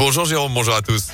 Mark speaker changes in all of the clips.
Speaker 1: Bonjour Jérôme, bonjour à tous.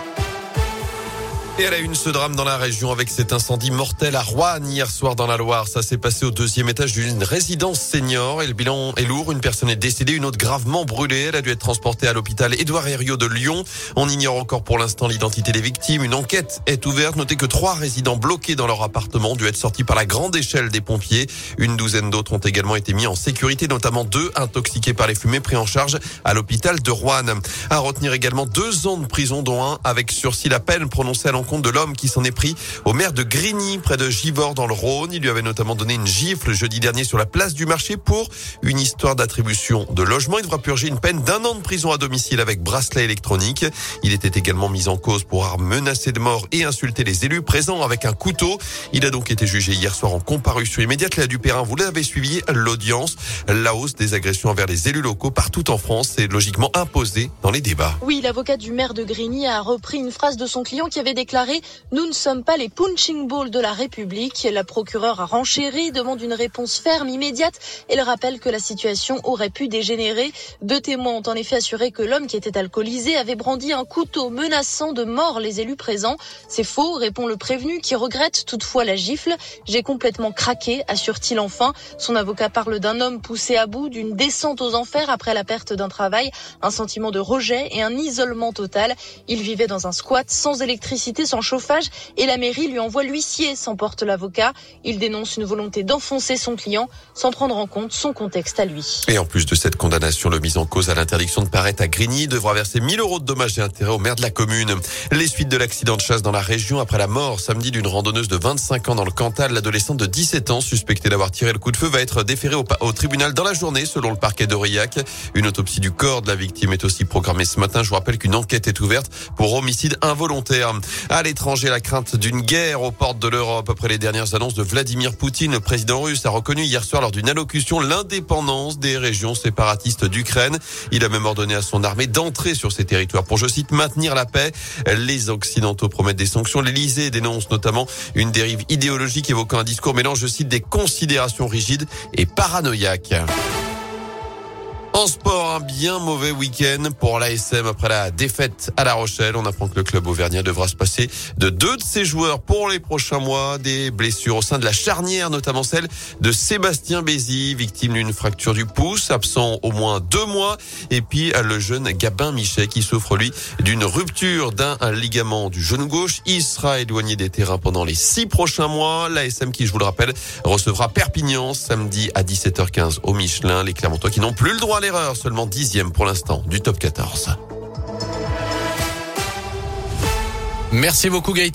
Speaker 1: Et à la une, ce drame dans la région avec cet incendie mortel à Roanne hier soir dans la Loire. Ça s'est passé au 2e étage d'une résidence senior et le bilan est lourd. Une personne est décédée, une autre gravement brûlée. Elle a dû être transportée à l'hôpital Édouard Herriot de Lyon. On ignore encore pour l'instant l'identité des victimes. Une enquête est ouverte. Notez que 3 résidents bloqués dans leur appartement ont dû être sortis par la grande échelle des pompiers. Une douzaine d'autres ont également été mis en sécurité, notamment 2 intoxiqués par les fumées pris en charge à l'hôpital de Roanne. À retenir également 2 ans de prison, dont 1 avec sursis. La peine prononcée à l'encontre de l'homme qui s'en est pris au maire de Grigny, près de Givors dans le Rhône. Il lui avait notamment donné une gifle jeudi dernier sur la place du marché pour une histoire d'attribution de logement. Il devra purger une peine d'1 an de prison à domicile avec bracelet électronique. Il était également mis en cause pour avoir menacé de mort et insulté les élus présents avec un couteau. Il a donc été jugé hier soir en comparution immédiate. Léa Dupérin, vous l'avez suivi, l'audience. La hausse des agressions envers les élus locaux partout en France est logiquement imposée dans les débats.
Speaker 2: Oui, l'avocat du maire de Grigny a repris une phrase de son client qui avait déclaré « Nous ne sommes pas les punching balls de la République ». La procureure a renchéri, demande une réponse ferme, immédiate. Elle rappelle que la situation aurait pu dégénérer. 2 témoins ont en effet assuré que l'homme qui était alcoolisé avait brandi un couteau menaçant de mort les élus présents. C'est faux, répond le prévenu qui regrette toutefois la gifle. « J'ai complètement craqué », assure-t-il enfin. Son avocat parle d'un homme poussé à bout, d'une descente aux enfers après la perte d'un travail, un sentiment de rejet et un isolement total. Il vivait dans un squat sans électricité, sans chauffage et la mairie lui envoie l'huissier, s'emporte l'avocat. Il dénonce une volonté d'enfoncer son client sans prendre en compte son contexte à lui.
Speaker 1: Et en plus de cette condamnation, le mis en cause à l'interdiction de paraître à Grigny devra verser 1 000 € de dommages et intérêts au maire de la commune. Les suites de l'accident de chasse dans la région après la mort samedi d'une randonneuse de 25 ans dans le Cantal. L'adolescente de 17 ans suspectée d'avoir tiré le coup de feu va être déférée au tribunal dans la journée selon le parquet d'Aurillac. Une autopsie du corps de la victime est aussi programmée ce matin. Je vous rappelle qu'une enquête est ouverte pour homicide involontaire. À l'étranger, la crainte d'une guerre aux portes de l'Europe après les dernières annonces de Vladimir Poutine. Le président russe a reconnu hier soir lors d'une allocution l'indépendance des régions séparatistes d'Ukraine. Il a même ordonné à son armée d'entrer sur ces territoires pour, je cite, maintenir la paix. Les Occidentaux promettent des sanctions. L'Élysée dénonce notamment une dérive idéologique évoquant un discours mêlant, je cite, des considérations rigides et paranoïaques. En sport, un bien mauvais week-end pour l'ASM après la défaite à La Rochelle. On apprend que le club auvergnat devra se passer de 2 de ses joueurs pour les prochains mois. Des blessures au sein de la charnière, notamment celle de Sébastien Bézi, victime d'une fracture du pouce, absent au moins 2 mois. Et puis le jeune Gabin Michet qui souffre, lui, d'une rupture d'un ligament du genou gauche. Il sera éloigné des terrains pendant les 6 prochains mois. L'ASM qui, je vous le rappelle, recevra Perpignan samedi à 17h15 au Michelin. Les Clermontois qui n'ont plus le droit à l'erreur, seulement 10e pour l'instant du top 14.
Speaker 3: Merci beaucoup Gaëtan.